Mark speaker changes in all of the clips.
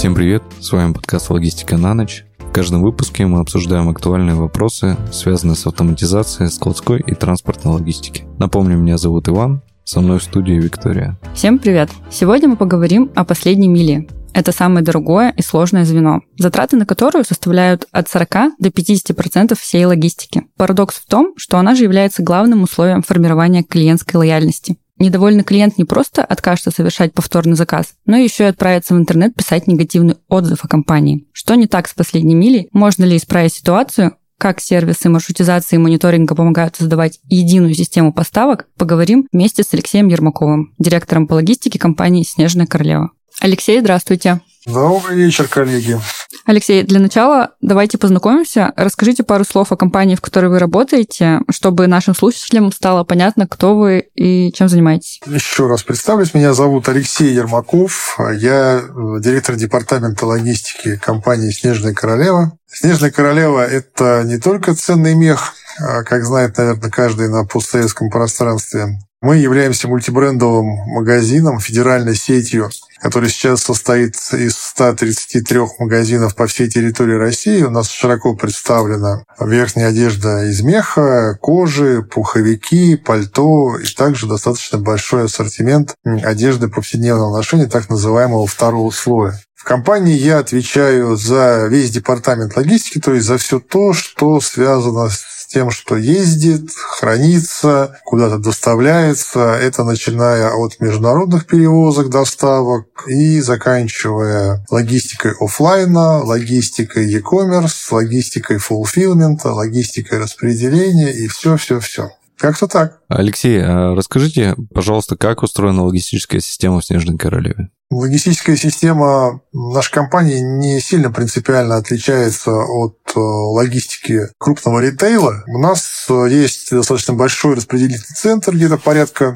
Speaker 1: Всем привет, с вами подкаст «Логистика на ночь». В каждом выпуске мы обсуждаем актуальные вопросы, связанные с автоматизацией, складской и транспортной логистики. Напомню, меня зовут Иван, со мной в студии Виктория.
Speaker 2: Всем привет! Сегодня мы поговорим о последней миле. Это самое дорогое и сложное звено, затраты на которую составляют от 40 до 50% всей логистики. Парадокс в том, что она же является главным условием формирования клиентской лояльности. Недовольный клиент не просто откажется совершать повторный заказ, но еще и отправится в интернет писать негативный отзыв о компании. Что не так с последней милей? Можно ли исправить ситуацию? Как сервисы маршрутизации и мониторинга помогают создавать единую систему поставок? Поговорим вместе с Алексеем Ермаковым, директором по логистике компании «Снежная королева». Алексей, здравствуйте.
Speaker 3: Добрый вечер, коллеги.
Speaker 2: Алексей, для начала давайте познакомимся. Расскажите пару слов о компании, в которой вы работаете, чтобы нашим слушателям стало понятно, кто вы и чем занимаетесь.
Speaker 3: Еще раз представлюсь. Меня зовут Алексей Ермаков. Я директор департамента логистики компании «Снежная королева». «Снежная королева» — это не только ценный мех, как знает, наверное, каждый на постсоветском пространстве. Мы являемся мультибрендовым магазином, федеральной сетью, который сейчас состоит из 133 магазинов по всей территории России. У нас широко представлена верхняя одежда из меха, кожи, пуховики, пальто и также достаточно большой ассортимент одежды повседневного ношения, так называемого второго слоя. В компании я отвечаю за весь департамент логистики, то есть за все то, что связано с тем, что ездит, хранится, куда-то доставляется. Это начиная от международных перевозок, доставок и заканчивая логистикой офлайна, логистикой e-commerce, логистикой фулфилмента, логистикой распределения и все-все-все. Как-то так.
Speaker 1: Алексей, расскажите, пожалуйста, как устроена логистическая система в «Снежной королеве»?
Speaker 3: Логистическая система нашей компании не сильно принципиально отличается от логистики крупного ритейла. У нас есть достаточно большой распределительный центр, где-то порядка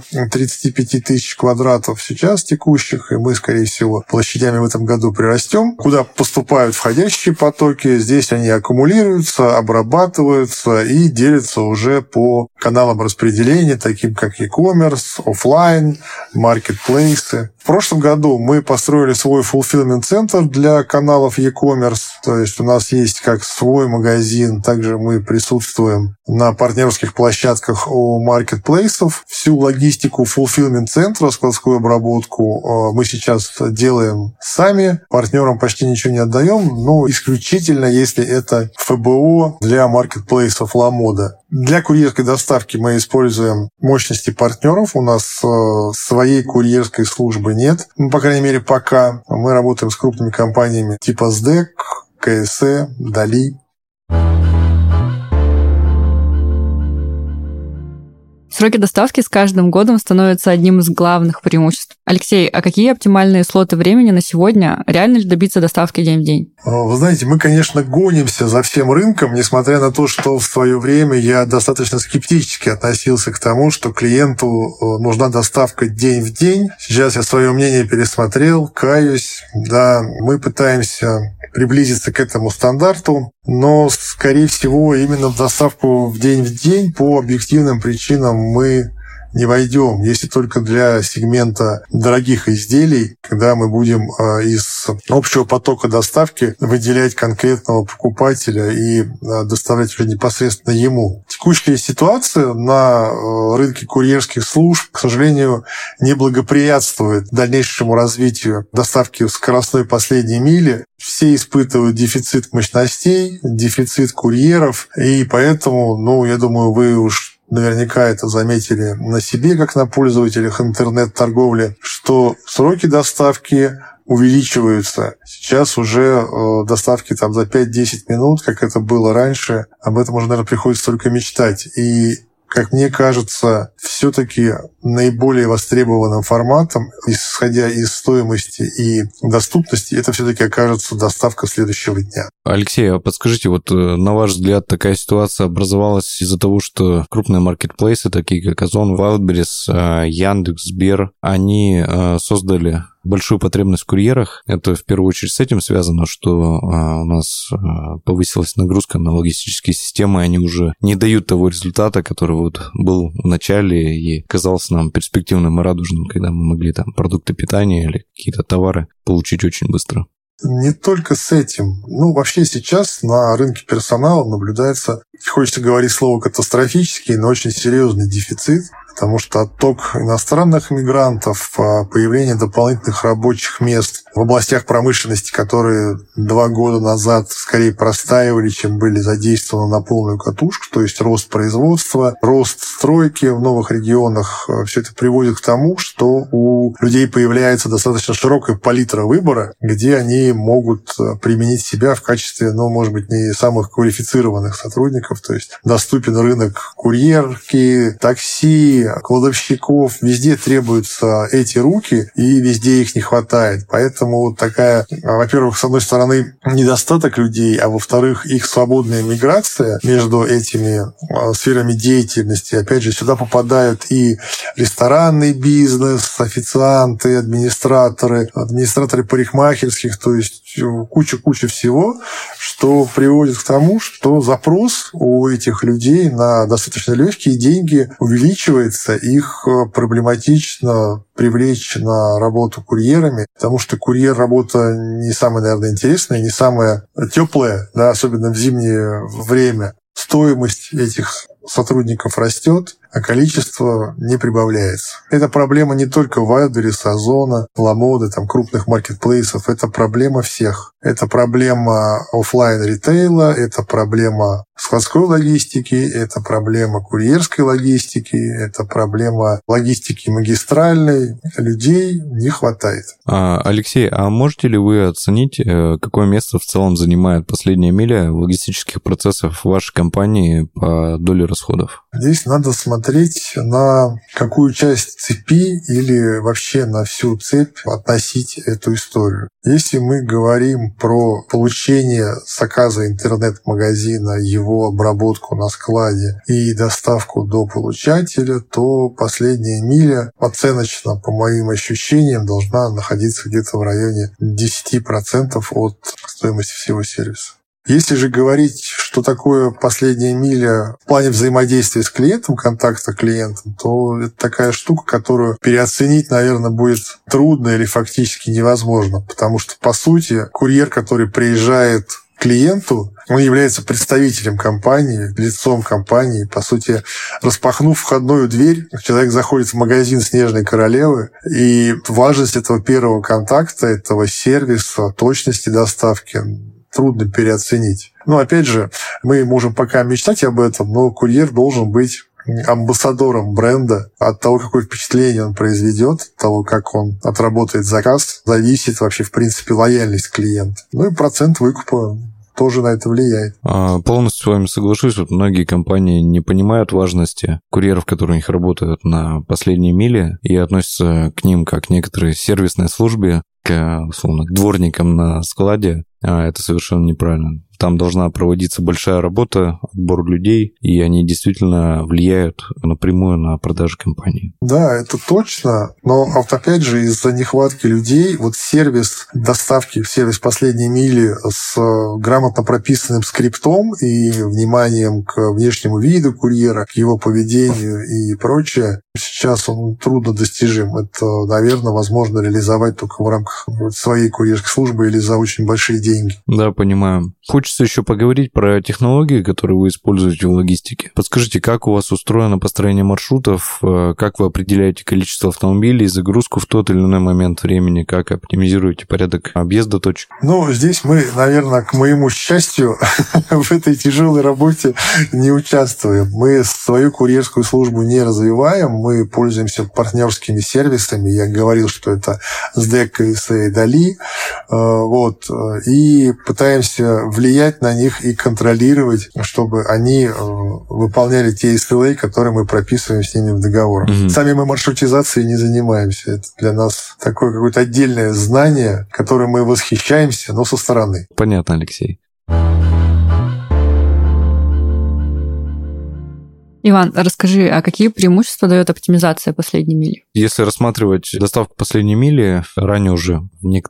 Speaker 3: 35 тысяч квадратов сейчас текущих, и мы, скорее всего, площадями в этом году прирастем, куда поступают входящие потоки. Здесь они аккумулируются, обрабатываются и делятся уже по каналам распределения, таким как e-commerce, офлайн, маркетплейсы. В прошлом году мы построили свой fulfillment-центр для каналов e-commerce. То есть у нас есть как свой магазин, также мы присутствуем на партнерских площадках у маркетплейсов. Всю логистику fulfillment-центра, складскую обработку мы сейчас делаем сами. Партнерам почти ничего не отдаем, но исключительно, если это ФБО для маркетплейсов Ламода. Для курьерской доставки мы используем мощности партнеров. У нас своей курьерской службы нет. По крайней мере, пока. Мы работаем с крупными компаниями типа СДЭК, КСЭ, Дали.
Speaker 2: Сроки доставки с каждым годом становятся одним из главных преимуществ. Алексей, а какие оптимальные слоты времени на сегодня? Реально ли добиться доставки день в день?
Speaker 3: Вы знаете, мы, конечно, гонимся за всем рынком, несмотря на то, что в свое время я достаточно скептически относился к тому, что клиенту нужна доставка день в день. Сейчас я свое мнение пересмотрел, каюсь. Да, мы пытаемся приблизиться к этому стандарту, но, скорее всего, именно в доставку в день по объективным причинам мы не войдем, если только для сегмента дорогих изделий, когда мы будем из общего потока доставки выделять конкретного покупателя и доставлять уже непосредственно ему. Текущая ситуация на рынке курьерских служб, к сожалению, не благоприятствует дальнейшему развитию доставки скоростной последней мили. Все испытывают дефицит мощностей, дефицит курьеров, и поэтому, я думаю, вы уж наверняка это заметили на себе, как на пользователях интернет-торговли, что сроки доставки увеличиваются. Сейчас уже доставки за 5-10 минут, как это было раньше, об этом уже, наверное, приходится только мечтать. И, как мне кажется, все-таки наиболее востребованным форматом, исходя из стоимости и доступности, это все-таки окажется доставка следующего дня.
Speaker 1: Алексей, а подскажите, на ваш взгляд, такая ситуация образовалась из-за того, что крупные маркетплейсы, такие как Озон, Wildberries, Яндекс, Сбер, они создали большую потребность в курьерах. Это в первую очередь с этим связано, что у нас повысилась нагрузка на логистические системы, они уже не дают того результата, который был в начале и казался нам перспективным и радужным, когда мы могли продукты питания или какие-то товары получить очень быстро.
Speaker 3: Не только с этим. Вообще сейчас на рынке персонала наблюдается, хочется говорить слово катастрофический, но очень серьезный дефицит, потому что отток иностранных мигрантов, появление дополнительных рабочих мест в областях промышленности, которые 2 года назад скорее простаивали, чем были задействованы на полную катушку, то есть рост производства, рост стройки в новых регионах, все это приводит к тому, что у людей появляется достаточно широкая палитра выбора, где они могут применить себя в качестве, может быть, не самых квалифицированных сотрудников, то есть доступен рынок курьерки, такси, кладовщиков, везде требуются эти руки, и везде их не хватает. Поэтому такая, во-первых, с одной стороны, недостаток людей, а во-вторых, их свободная миграция между этими сферами деятельности. Опять же, сюда попадают и ресторанный бизнес, официанты, администраторы парикмахерских, то есть куча всего, что приводит к тому, что запрос у этих людей на достаточно легкие деньги увеличивается, их проблематично привлечь на работу курьерами, потому что курьер работа не самая, наверное, интересная, не самая теплая, особенно в зимнее время. Стоимость этих сотрудников растет, а количество не прибавляется. Это проблема не только Wildberries, Озона, Ламоды, крупных маркетплейсов. Это проблема всех. Это проблема офлайн-ритейла, это проблема складской логистики, это проблема курьерской логистики, это проблема логистики магистральной. Людей не хватает.
Speaker 1: Алексей, а можете ли вы оценить, какое место в целом занимает последняя миля логистических процессов вашей компании по доле расходов?
Speaker 3: Здесь надо смотреть, на какую часть цепи или вообще на всю цепь относить эту историю. Если мы говорим про получение заказа интернет-магазина, его обработку на складе и доставку до получателя, то последняя миля оценочно, по моим ощущениям, должна находиться где-то в районе 10% от стоимости всего сервиса. Если же говорить, что такое последняя миля в плане взаимодействия с клиентом, контакта с клиентом, то это такая штука, которую переоценить, наверное, будет трудно или фактически невозможно, потому что, по сути, курьер, который приезжает к клиенту, он является представителем компании, лицом компании. По сути, распахнув входную дверь, человек заходит в магазин «Снежной королевы», и важность этого первого контакта, этого сервиса, точности доставки трудно переоценить. Опять же, мы можем пока мечтать об этом, но курьер должен быть амбассадором бренда. От того, какое впечатление он произведет, от того, как он отработает заказ, зависит вообще, в принципе, лояльность клиента. И процент выкупа тоже на это влияет.
Speaker 1: Полностью с вами соглашусь. Многие компании не понимают важности курьеров, которые у них работают на последней миле, и относятся к ним как к некоторой сервисной службе, условно, к дворникам на складе. Это совершенно неправильно. Там должна проводиться большая работа, отбор людей, и они действительно влияют напрямую на продажи компании.
Speaker 3: Да, это точно, но опять же из-за нехватки людей сервис доставки, сервис последней мили с грамотно прописанным скриптом и вниманием к внешнему виду курьера, к его поведению и прочее, сейчас он трудно достижим. Это, наверное, возможно реализовать только в рамках своей курьерской службы или за очень большие деньги.
Speaker 1: Да, понимаю. Хочется еще поговорить про технологии, которые вы используете в логистике. Подскажите, как у вас устроено построение маршрутов, как вы определяете количество автомобилей, загрузку в тот или иной момент времени, как оптимизируете порядок объезда точек?
Speaker 3: Здесь мы, наверное, к моему счастью, в этой тяжелой работе не участвуем. Мы свою курьерскую службу не развиваем, мы пользуемся партнерскими сервисами. Я говорил, что это SDEC, KSA и Dali. И пытаемся влиять на них и контролировать, чтобы они выполняли те SLA, которые мы прописываем с ними в договорах. Сами мы маршрутизацией не занимаемся. Это для нас такое какое-то отдельное знание, которым мы восхищаемся, но со стороны.
Speaker 1: Понятно, Алексей.
Speaker 2: Иван, расскажи, а какие преимущества дает оптимизация последней мили?
Speaker 1: Если рассматривать доставку последней мили, ранее уже в некоторых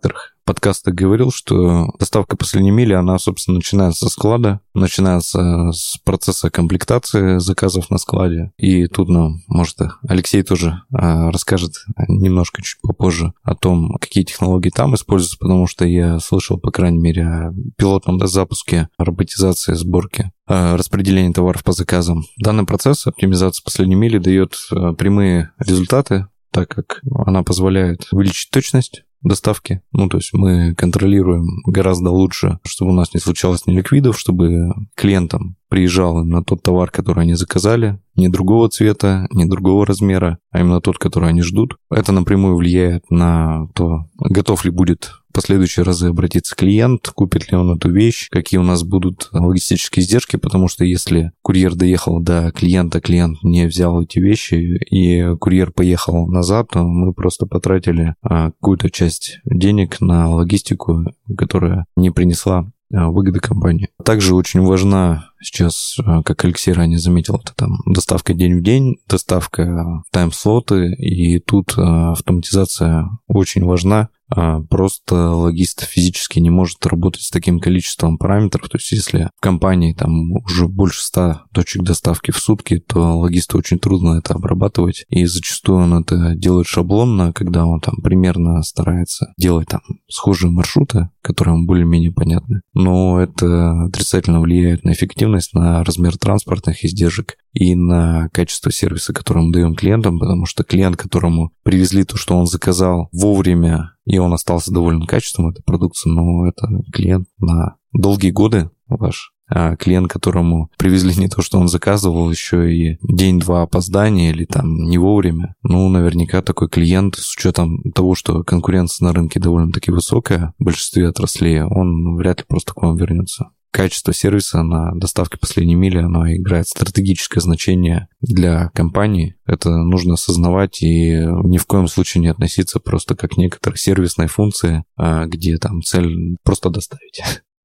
Speaker 1: подкастах говорил, что доставка последней мили, она, собственно, начинается со склада, начинается с процесса комплектации заказов на складе. И тут, может, Алексей тоже расскажет немножко чуть попозже о том, какие технологии там используются, потому что я слышал, по крайней мере, о пилотном запуске роботизации сборки, распределения товаров по заказам. Данный процесс оптимизации последней мили дает прямые результаты, так как она позволяет увеличить точность доставки. То есть мы контролируем гораздо лучше, чтобы у нас не случалось неликвидов, чтобы клиентам приезжал на тот товар, который они заказали, не другого цвета, не другого размера, а именно тот, который они ждут. Это напрямую влияет на то, готов ли будет в последующие разы обратиться клиент, купит ли он эту вещь, какие у нас будут логистические издержки, потому что если курьер доехал до клиента, клиент не взял эти вещи, и курьер поехал назад, то мы просто потратили какую-то часть денег на логистику, которая не принесла выгоды компании. Также очень важна сейчас, как Алексей ранее заметил, это там доставка день в день, доставка в тайм-слоты, и тут автоматизация очень важна. Просто логист физически не может работать с таким количеством параметров. То есть если в компании там уже больше 100 точек доставки в сутки, то логисту очень трудно это обрабатывать. И зачастую он это делает шаблонно, когда он там примерно старается делать там схожие маршруты, которые ему более-менее понятны. Но это отрицательно влияет на эффективность, на размер транспортных издержек и на качество сервиса, который мы даем клиентам, потому что клиент, которому привезли то, что он заказал вовремя, и он остался доволен качеством этой продукции, но это клиент на долгие годы ваш. А клиент, которому привезли не то, что он заказывал, еще и день-два опоздания или там не вовремя, наверняка такой клиент, с учетом того, что конкуренция на рынке довольно-таки высокая в большинстве отраслей, он вряд ли просто к вам вернется. Качество сервиса на доставке последней мили, оно играет стратегическое значение для компании. Это нужно осознавать и ни в коем случае не относиться просто как к некоторой сервисной функции, где там цель просто доставить.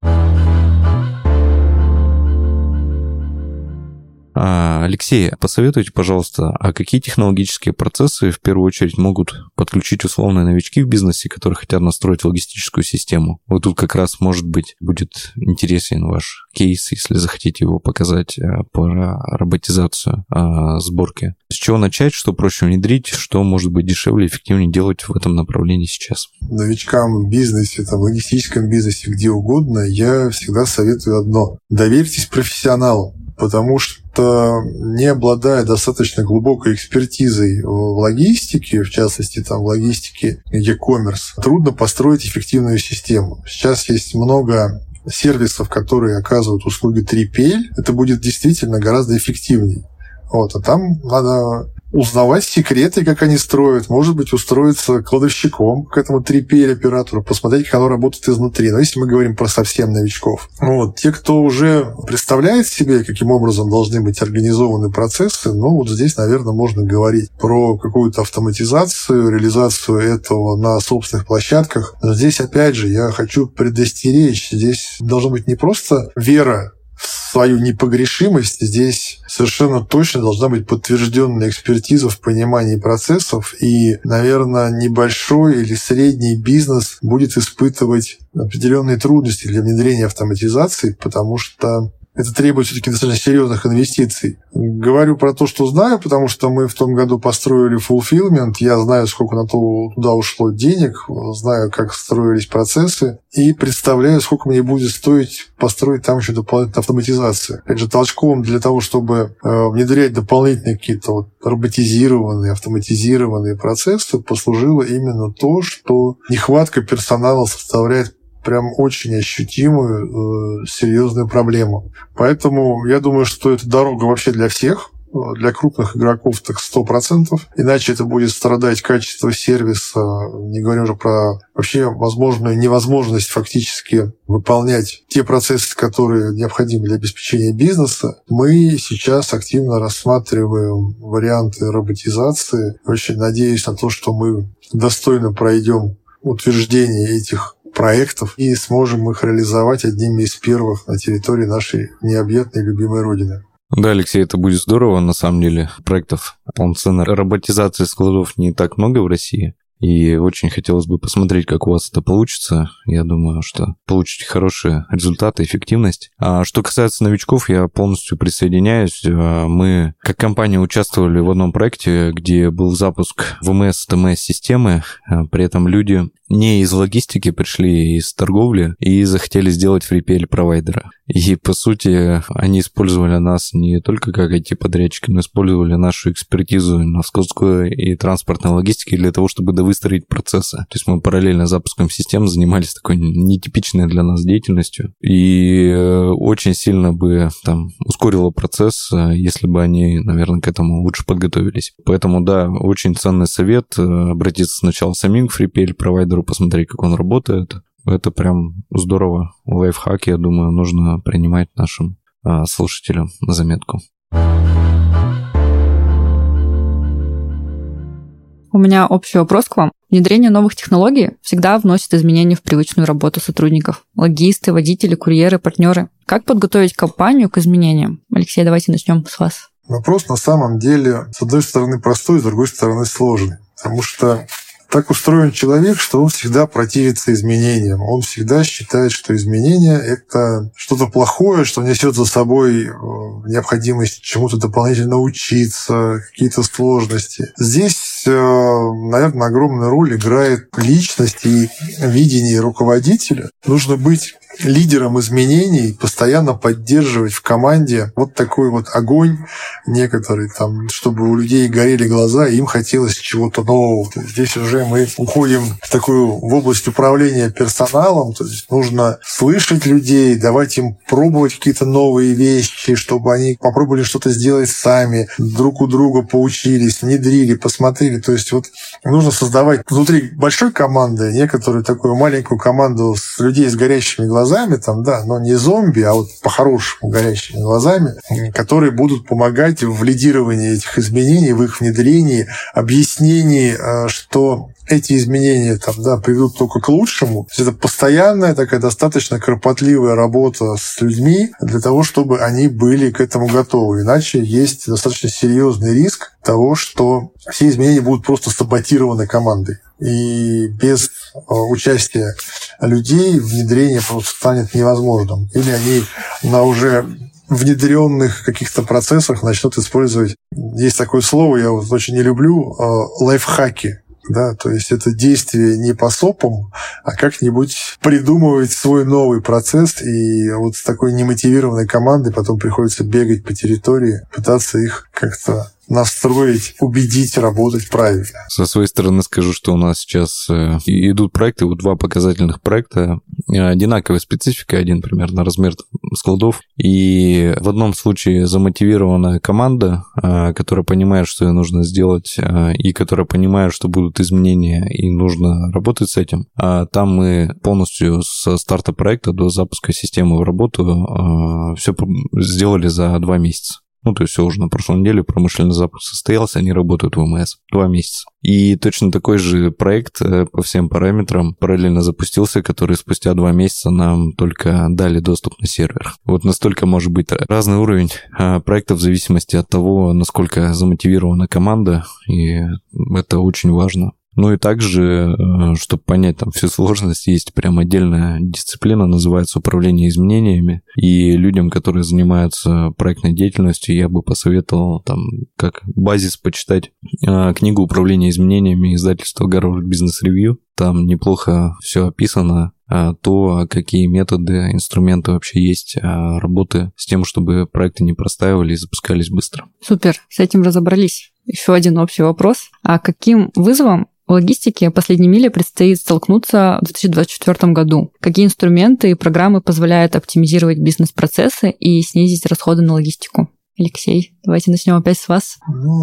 Speaker 1: Алексей, посоветуйте, пожалуйста, а какие технологические процессы в первую очередь могут подключить условные новички в бизнесе, которые хотят настроить логистическую систему? Вот тут как раз, может быть, будет интересен ваш кейс, если захотите его показать, про роботизацию сборки. С чего начать, что проще внедрить, что может быть дешевле и эффективнее делать в этом направлении сейчас?
Speaker 3: Новичкам в бизнесе, в логистическом бизнесе, где угодно, я всегда советую одно. Доверьтесь профессионалу. Потому что, не обладая достаточно глубокой экспертизой в логистике, в частности, в логистике e-commerce, трудно построить эффективную систему. Сейчас есть много сервисов, которые оказывают услуги 3PL. Это будет действительно гораздо эффективнее. А там надо узнавать секреты, как они строят, может быть, устроиться кладовщиком к этому 3PL-оператору, посмотреть, как оно работает изнутри. Но если мы говорим про совсем новичков. Те, кто уже представляет себе, каким образом должны быть организованы процессы, здесь, наверное, можно говорить про какую-то автоматизацию, реализацию этого на собственных площадках. Но здесь, опять же, я хочу предостеречь, здесь должна быть не просто вера в свою непогрешимость, здесь совершенно точно должна быть подтвержденная экспертиза в понимании процессов, и, наверное, небольшой или средний бизнес будет испытывать определенные трудности для внедрения автоматизации, потому что это требует все-таки достаточно серьезных инвестиций. Говорю про то, что знаю, потому что мы в том году построили Fulfillment. Я знаю, сколько на то туда ушло денег, знаю, как строились процессы, и представляю, сколько мне будет стоить построить там еще дополнительную автоматизацию. Опять же, толчком для того, чтобы внедрять дополнительные какие-то роботизированные, автоматизированные процессы, послужило именно то, что нехватка персонала составляет прям очень ощутимую, серьезную проблему. Поэтому я думаю, что это дорога вообще для всех. Для крупных игроков так 100%. Иначе это будет страдать качество сервиса, не говоря уже про вообще возможную невозможность фактически выполнять те процессы, которые необходимы для обеспечения бизнеса. Мы сейчас активно рассматриваем варианты роботизации. Очень надеюсь на то, что мы достойно пройдем утверждение этих проектов и сможем их реализовать одними из первых на территории нашей необъятной любимой Родины.
Speaker 1: Да, Алексей, это будет здорово, на самом деле. Проектов полноценной роботизации складов не так много в России. И очень хотелось бы посмотреть, как у вас это получится. Я думаю, что получите хорошие результаты, эффективность. А что касается новичков, я полностью присоединяюсь. Мы, как компания, участвовали в одном проекте, где был запуск ВМС, ТМС-системы. При этом люди не из логистики пришли, из торговли и захотели сделать FreePL-провайдера. И, по сути, они использовали нас не только как IT-подрядчики, но использовали нашу экспертизу на складской и транспортной логистике для того, чтобы довыстроить процессы. То есть мы параллельно запуском систем занимались такой нетипичной для нас деятельностью. И очень сильно бы там ускорило процесс, если бы они, наверное, к этому лучше подготовились. Поэтому, да, очень ценный совет обратиться сначала самим к FreePL-провайдеру, посмотреть, как он работает. Это прям здорово. Лайфхак, я думаю, нужно принимать нашим слушателям на заметку.
Speaker 2: У меня общий вопрос к вам. Внедрение новых технологий всегда вносит изменения в привычную работу сотрудников. Логисты, водители, курьеры, партнеры. Как подготовить компанию к изменениям? Алексей, давайте начнем с вас.
Speaker 3: Вопрос на самом деле, с одной стороны, простой, с другой стороны, сложный. Потому что так устроен человек, что он всегда противится изменениям. Он всегда считает, что изменения – это что-то плохое, что несет за собой необходимость чему-то дополнительно учиться, какие-то сложности. Здесь, наверное, огромную роль играет личность и видение руководителя. Нужно быть лидером изменений, постоянно поддерживать в команде вот такой вот огонь некоторый, там, чтобы у людей горели глаза, и им хотелось чего-то нового. То есть здесь уже мы уходим в область управления персоналом, то есть нужно слышать людей, давать им пробовать какие-то новые вещи, чтобы они попробовали что-то сделать сами, друг у друга поучились, внедрили, посмотрели. То есть вот нужно создавать внутри большой команды некоторую такую маленькую команду с людей с горящими глазами, там, да, но не зомби, а вот по-хорошему горящими глазами, которые будут помогать в лидировании этих изменений, в их внедрении, объяснении, что эти изменения там, да, приведут только к лучшему. То есть это постоянная такая достаточно кропотливая работа с людьми для того, чтобы они были к этому готовы. Иначе есть достаточно серьезный риск того, что все изменения будут просто саботированы командой. И без участия людей внедрение просто станет невозможным. Или они на уже внедренных каких-то процессах начнут использовать, есть такое слово, я вот очень не люблю, лайфхаки. Да, то есть это действие не по СОПам, а как-нибудь придумывать свой новый процесс, и вот с такой немотивированной командой потом приходится бегать по территории, пытаться их как-то настроить, убедить работать правильно.
Speaker 1: Со своей стороны скажу, что у нас сейчас идут проекты, вот 2 показательных проекта, одинаковая специфика, один примерно размер складов, и в одном случае замотивированная команда, которая понимает, что ей нужно сделать, и которая понимает, что будут изменения, и нужно работать с этим. А там мы полностью со старта проекта до запуска системы в работу все сделали за 2 месяца. Ну, то есть все уже на прошлой неделе промышленный запуск состоялся, они работают в ВМС 2 месяца. И точно такой же проект по всем параметрам параллельно запустился, который спустя 2 месяца нам только дали доступ на сервер. Вот настолько может быть разный уровень проекта в зависимости от того, насколько замотивирована команда, и это очень важно. Ну и также, чтобы понять там всю сложность, есть прям отдельная дисциплина, называется управление изменениями. И людям, которые занимаются проектной деятельностью, я бы посоветовал там как базис почитать книгу «Управление изменениями» издательства Harvard Business Review. Там неплохо все описано, то, какие методы, инструменты вообще есть работы с тем, чтобы проекты не простаивали и запускались быстро.
Speaker 2: Супер, с этим разобрались. Еще один общий вопрос. А каким вызовом в логистике последней мили предстоит столкнуться в 2024 году? Какие инструменты и программы позволяют оптимизировать бизнес-процессы и снизить расходы на логистику? Алексей, давайте начнем опять с вас.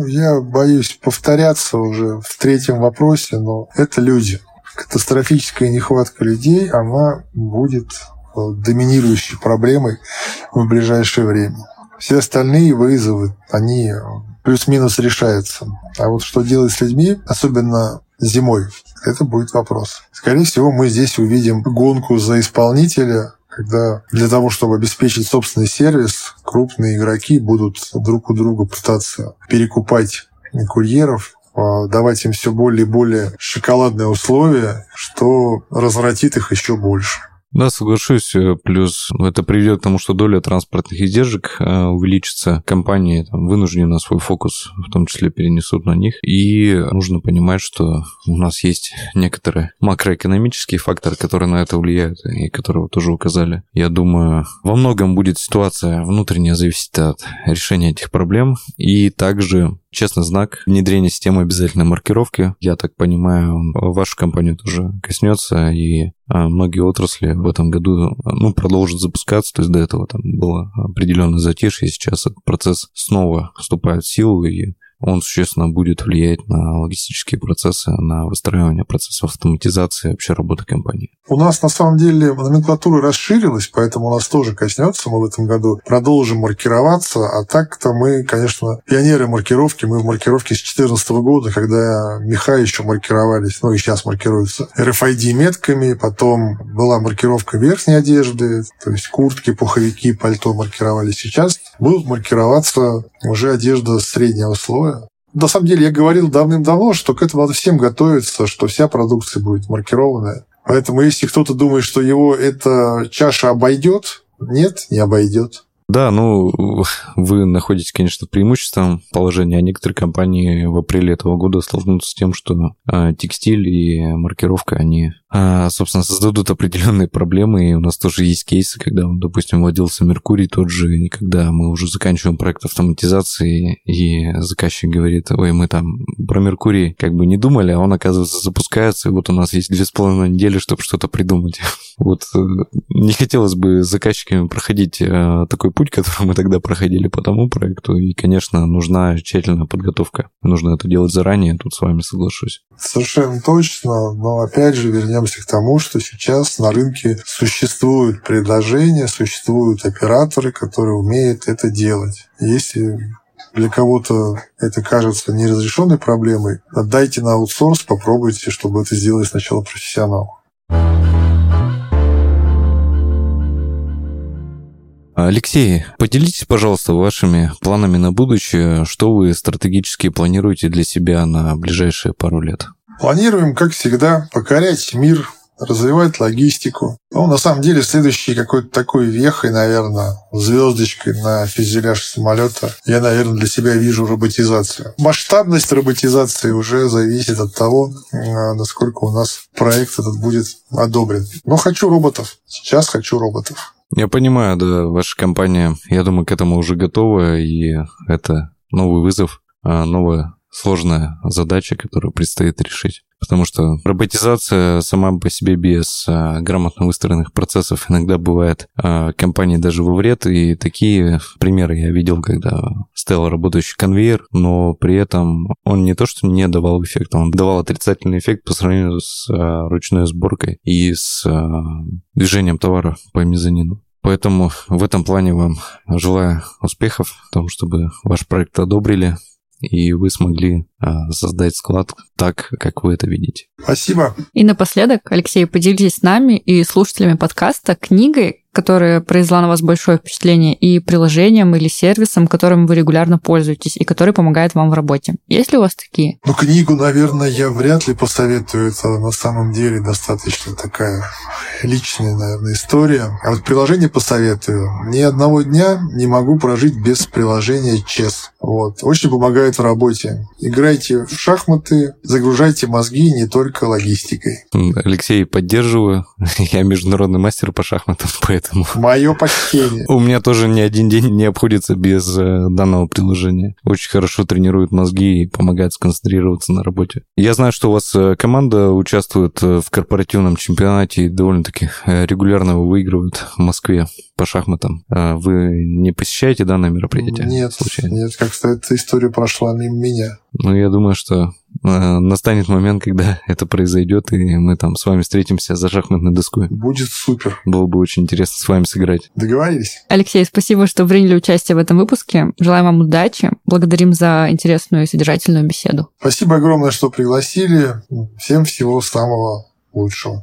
Speaker 3: Я боюсь повторяться уже в 3-м вопросе, но это люди. Катастрофическая нехватка людей, она будет доминирующей проблемой в ближайшее время. Все остальные вызовы, они плюс-минус решаются. А вот что делать с людьми, особенно зимой, это будет вопрос. Скорее всего, мы здесь увидим гонку за исполнителя, когда для того, чтобы обеспечить собственный сервис, крупные игроки будут друг у друга пытаться перекупать курьеров, давать им все более и более шоколадные условия, что развратит их еще больше.
Speaker 1: Да, соглашусь. Плюс это приведет к тому, что доля транспортных издержек увеличится. Компании вынуждены свой фокус, в том числе, перенесут на них. И нужно понимать, что у нас есть некоторые макроэкономические факторы, которые на это влияют, и которые вы тоже указали. Я думаю, во многом будет ситуация внутренняя зависеть от решения этих проблем. И также честный знак внедрения системы обязательной маркировки. Я так понимаю, вашу компанию тоже коснется, и многие отрасли в этом году продолжат запускаться. То есть до этого там было определенное затишье, и сейчас этот процесс снова вступает в силу, и он существенно будет влиять на логистические процессы, на выстраивание процессов автоматизации вообще работы компании.
Speaker 3: У нас, на самом деле, номенклатура расширилась, поэтому у нас тоже коснется. Мы в этом году продолжим маркироваться. А так-то мы, конечно, пионеры маркировки. Мы в маркировке с 2014 года, когда меха еще маркировались, и сейчас маркируются RFID-метками. Потом была маркировка верхней одежды, то есть куртки, пуховики, пальто маркировали. Сейчас будут маркироваться уже одежда среднего слоя. На самом деле, я говорил давным-давно, что к этому надо всем готовиться, что вся продукция будет маркированная. Поэтому, если кто-то думает, что его эта чаша обойдет, нет, не обойдет.
Speaker 1: Да, вы находитесь, конечно, в преимущественном положении, а некоторые компании в апреле этого года столкнутся с тем, что текстиль и маркировка, они, собственно, создадут определенные проблемы, и у нас тоже есть кейсы, когда, допустим, вводился Меркурий тот же, и когда мы уже заканчиваем проект автоматизации, и заказчик говорит: ой, мы там про Меркурий как бы не думали, а он, оказывается, запускается, и вот у нас есть 2,5 недели, чтобы что-то придумать. Вот не хотелось бы с заказчиками проходить такой путь, который мы тогда проходили по тому проекту, и, конечно, нужна тщательная подготовка. Нужно это делать заранее, тут с вами соглашусь.
Speaker 3: Совершенно точно, но опять же вернемся к тому, что сейчас на рынке существуют предложения, существуют операторы, которые умеют это делать. Если для кого-то это кажется неразрешенной проблемой, отдайте на аутсорс, попробуйте, чтобы это сделали сначала профессионал.
Speaker 1: Алексей, поделитесь, пожалуйста, вашими планами на будущее. Что вы стратегически планируете для себя на ближайшие пару лет?
Speaker 3: Планируем, как всегда, покорять мир, развивать логистику. На самом деле, следующей какой-то такой вехой, наверное, звездочкой на фюзеляж самолета, я, наверное, для себя вижу роботизацию. Масштабность роботизации уже зависит от того, насколько у нас проект этот будет одобрен. Но хочу роботов. Сейчас хочу роботов.
Speaker 1: Я понимаю, да, ваша компания, я думаю, к этому уже готова, и это новый вызов, новая сложная задача, которую предстоит решить. Потому что роботизация сама по себе без грамотно выстроенных процессов иногда бывает компании даже во вред. И такие примеры я видел, когда стоял работающий конвейер, но при этом он не то что не давал эффекта, он давал отрицательный эффект по сравнению с ручной сборкой и с движением товара по мезонину. Поэтому в этом плане вам желаю успехов в том, чтобы ваш проект одобрили, и вы смогли создать склад так, как вы это видите.
Speaker 3: Спасибо.
Speaker 2: И напоследок, Алексей, поделитесь с нами и слушателями подкаста книгой, которая произвела на вас большое впечатление, и приложением или сервисом, которым вы регулярно пользуетесь и который помогает вам в работе. Есть ли у вас такие?
Speaker 3: Книгу, наверное, я вряд ли посоветую. Это на самом деле достаточно такая личная, наверное, история. А вот приложение посоветую. Ни одного дня не могу прожить без приложения Chess. Очень помогает в работе. Играйте в шахматы, загружайте мозги не только логистикой.
Speaker 1: Алексей, поддерживаю. Я международный мастер по шахматам, поэтому...
Speaker 3: Мое почтение.
Speaker 1: У меня тоже ни один день не обходится без данного приложения. Очень хорошо тренирует мозги и помогает сконцентрироваться на работе. Я знаю, что у вас команда участвует в корпоративном чемпионате и довольно-таки регулярно его выигрывают в Москве по шахматам. Вы не посещаете данное мероприятие?
Speaker 3: Нет, случайно? Нет, как-то эта история прошла мимо меня.
Speaker 1: Я думаю, что настанет момент, когда это произойдет, и мы там с вами встретимся за шахматной доской.
Speaker 3: Будет супер.
Speaker 1: Было бы очень интересно с вами сыграть.
Speaker 3: Договорились.
Speaker 2: Алексей, спасибо, что приняли участие в этом выпуске. Желаем вам удачи. Благодарим за интересную и содержательную беседу.
Speaker 3: Спасибо огромное, что пригласили. Всем всего самого лучшего.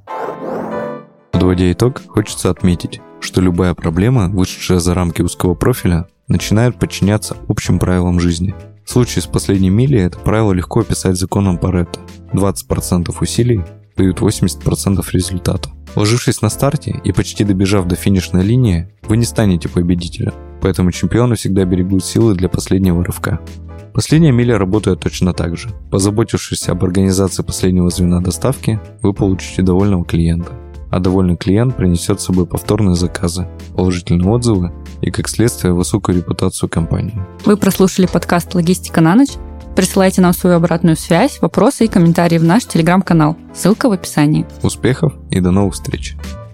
Speaker 1: Подводя итог, хочется отметить, что любая проблема, вышедшая за рамки узкого профиля, начинает подчиняться общим правилам жизни. В случае с последней милей это правило легко описать законом Парето. 20% усилий дают 80% результата. Вложившись на старте и почти добежав до финишной линии, вы не станете победителем. Поэтому чемпионы всегда берегут силы для последнего рывка. Последняя миля работает точно так же. Позаботившись об организации последнего звена доставки, вы получите довольного клиента. А довольный клиент принесет с собой повторные заказы, положительные отзывы и, как следствие, высокую репутацию компании.
Speaker 2: Вы прослушали подкаст «Логистика на ночь». Присылайте нам свою обратную связь, вопросы и комментарии в наш телеграм-канал. Ссылка в описании.
Speaker 1: Успехов и до новых встреч!